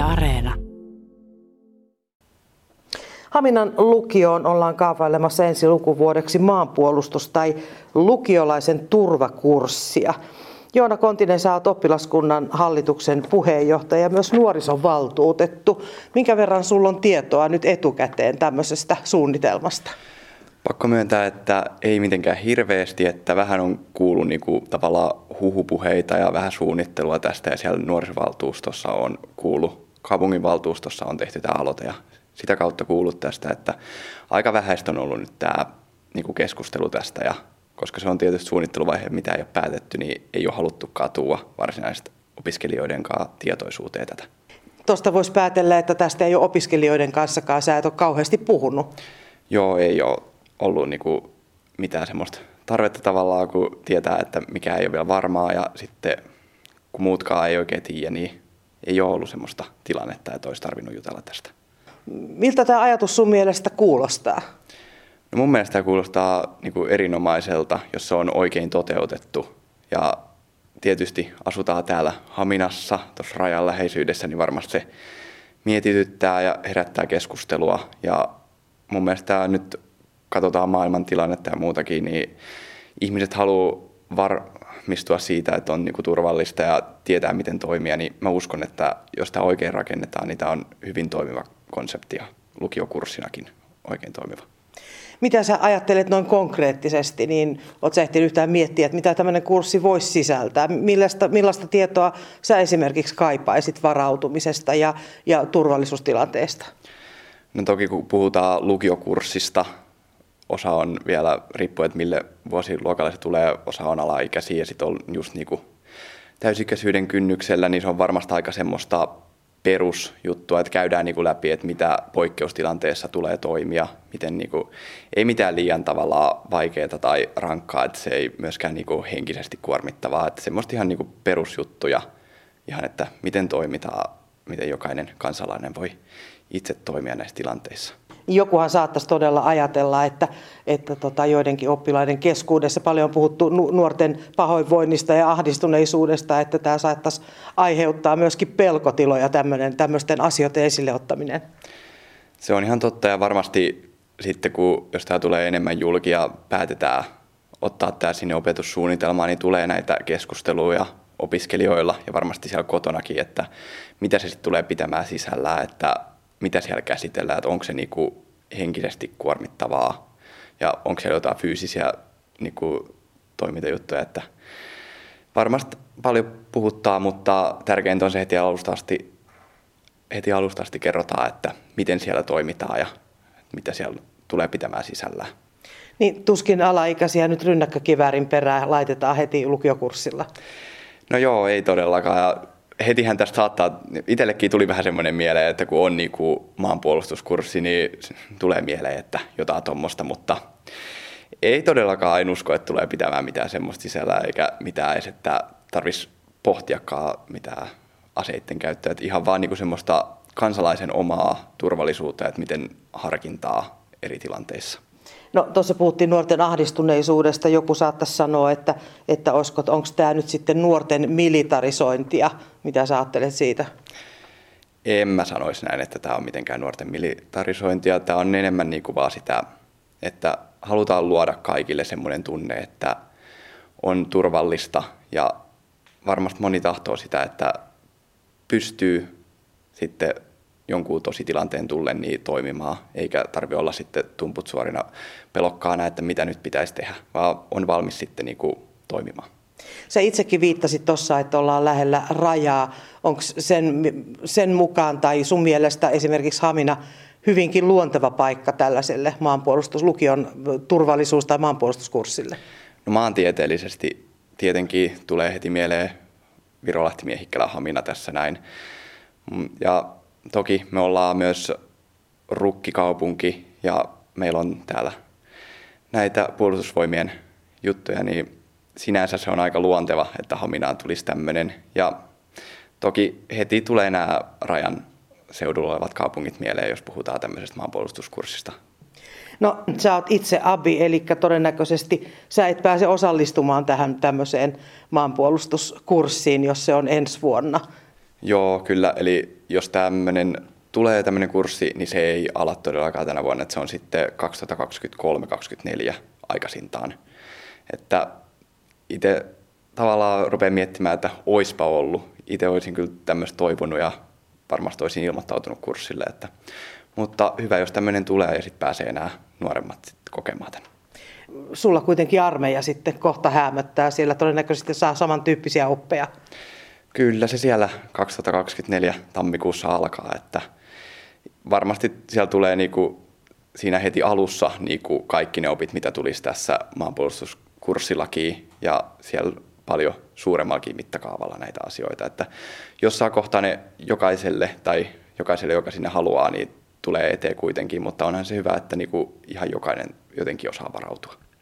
Areena. Haminan lukioon ollaan kaavailemassa ensi lukuvuodeksi maanpuolustus- tai lukiolaisen turvakurssia. Joona Kontinen, sä oot oppilaskunnan hallituksen puheenjohtaja ja myös nuorisovaltuutettu. Minkä verran sulla on tietoa nyt etukäteen tämmöisestä suunnitelmasta? Pakko myöntää, että ei mitenkään hirveästi, että vähän on kuullut tavallaan huhupuheita ja vähän suunnittelua tästä ja siellä nuorisovaltuustossa on kuullut, kaupunginvaltuustossa on tehty tämä aloite ja sitä kautta kuullut tästä, että aika vähäistä on ollut nyt tämä keskustelu tästä ja koska se on tietysti suunnitteluvaihe, mitä ei ole päätetty, niin ei ole haluttukaan tuua varsinaisesti opiskelijoiden kanssa tietoisuuteen tätä. Tuosta voisi päätellä, että tästä ei ole opiskelijoiden kanssakaan, sä et ole kauheasti puhunut. Joo, ei ole ollut mitään semmoista tarvetta tavallaan, kun tietää, että mikä ei ole vielä varmaa ja sitten kun muutkaan ei oikein tiedä, niin ei ole ollut semmoista tilannetta, että olisi tarvinnut jutella tästä. Miltä tämä ajatus sun mielestä kuulostaa? No mun mielestä tämä kuulostaa erinomaiselta, jos se on oikein toteutettu. Ja tietysti asutaan täällä Haminassa, tuossa rajan läheisyydessä, niin varmasti se mietityttää ja herättää keskustelua. Ja mun mielestä tämä nyt katsotaan maailman tilannetta ja muutakin, niin ihmiset haluaa varmistua siitä, että on turvallista ja tietää, miten toimia. Niin mä uskon, että jos tämä oikein rakennetaan, niin tämä on hyvin toimiva konsepti ja lukiokurssinakin oikein toimiva. Mitä sä ajattelet noin konkreettisesti, niin oot sä ehtinyt yhtään miettiä, että mitä tämmöinen kurssi voisi sisältää? Millaista tietoa sä esimerkiksi kaipaisit varautumisesta ja turvallisuustilanteesta? No toki kun puhutaan lukiokurssista, osa on vielä riippuen, että mille vuosiluokalle se tulee, osa on alaikäisiä ja sitten on just täysikäisyyden kynnyksellä, niin se on varmasti aika semmoista perusjuttua, että käydään läpi, että mitä poikkeustilanteessa tulee toimia, miten ei mitään liian tavallaan vaikeaa tai rankkaa, että se ei myöskään henkisesti kuormittavaa, että semmoista ihan perusjuttuja, ihan että miten toimitaan, miten jokainen kansalainen voi itse toimia näissä tilanteissa. Jokuhan saattaisi todella ajatella, että joidenkin oppilaiden keskuudessa paljon on puhuttu nuorten pahoinvoinnista ja ahdistuneisuudesta, että tämä saattaisi aiheuttaa myöskin pelkotiloja tämmöisten asioiden esille ottaminen. Se on ihan totta ja varmasti sitten, jos tämä tulee enemmän julki ja päätetään ottaa tämä sinne opetussuunnitelmaan, niin tulee näitä keskusteluja opiskelijoilla ja varmasti siellä kotonakin, että mitä se sitten tulee pitämään sisällään, että mitä siellä käsitellään, että onko se henkisesti kuormittavaa ja onko siellä jotain fyysisiä toimintajuttuja, että varmasti paljon puhuttaa, mutta tärkeintä on se heti alusta asti kerrotaan, että miten siellä toimitaan ja mitä siellä tulee pitämään sisällään. Niin tuskin alaikäisiä nyt rynnäkkökiväärin perään laitetaan heti lukiokurssilla. No joo, ei todellakaan. Ja hetihän tästä saattaa, itsellekin tuli vähän semmoinen mieleen, että kun on maanpuolustuskurssi, niin tulee mieleen, että jotain tuommoista, mutta ei todellakaan, en usko, että tulee pitämään mitään semmoista sisällä, eikä mitään edes, että tarvitsisi pohtiakaan mitään aseiden käyttöä, että ihan vaan semmoista kansalaisen omaa turvallisuutta, että miten harkintaa eri tilanteissa. No tuossa puhuttiin nuorten ahdistuneisuudesta. Joku saattaisi sanoa, että onko tämä nyt sitten nuorten militarisointia? Mitä sä ajattelet siitä? En mä sanoisi näin, että tämä on mitenkään nuorten militarisointia. Tämä on enemmän vaan sitä, että halutaan luoda kaikille semmoinen tunne, että on turvallista ja varmasti moni tahtoo sitä, että pystyy sitten jonkun tositilanteen tullen niin toimimaan, eikä tarvitse olla sitten tumput suorina pelokkaana, että mitä nyt pitäisi tehdä, vaan on valmis sitten toimimaan. Sä itsekin viittasit tuossa, että ollaan lähellä rajaa. Onko sen mukaan tai sun mielestä esimerkiksi Hamina hyvinkin luonteva paikka tällaiselle lukion turvallisuus- tai maanpuolustuskurssille? No maantieteellisesti tietenkin tulee heti mieleen Virolahti, Miehikkälä, Hamina tässä näin. Ja toki me ollaan myös rukkikaupunki ja meillä on täällä näitä puolustusvoimien juttuja, niin sinänsä se on aika luonteva, että Haminaan tulisi tämmöinen. Ja toki heti tulee nämä rajan seudulla olevat kaupungit mieleen, jos puhutaan tämmöisestä maanpuolustuskurssista. No sä oot itse abi, eli todennäköisesti sä et pääse osallistumaan tähän tämmöiseen maanpuolustuskurssiin, jos se on ensi vuonna. Joo, kyllä. Eli jos tulee tämmöinen kurssi, niin se ei ala todellakaan tänä vuonna, että se on sitten 2023-2024 aikaisintaan. Että itse tavallaan rupean miettimään, että oispa ollut. Itse olisin kyllä tämmöistä toivonut ja varmasti olisin ilmoittautunut kurssille. Mutta hyvä, jos tämmöinen tulee ja sitten pääsee nämä nuoremmat sitten kokemaan tämän. Sulla kuitenkin armeija sitten kohta häämöttää. Siellä todennäköisesti saa samantyyppisiä oppeja. Kyllä se siellä 2024 tammikuussa alkaa, että varmasti siellä tulee siinä heti alussa kaikki ne opit, mitä tulisi tässä maanpuolustuskurssillakin ja siellä paljon suuremmallakin mittakaavalla näitä asioita. Että jos saa kohta ne jokaiselle, joka sinne haluaa, niin tulee eteen kuitenkin, mutta onhan se hyvä, että ihan jokainen jotenkin osaa varautua.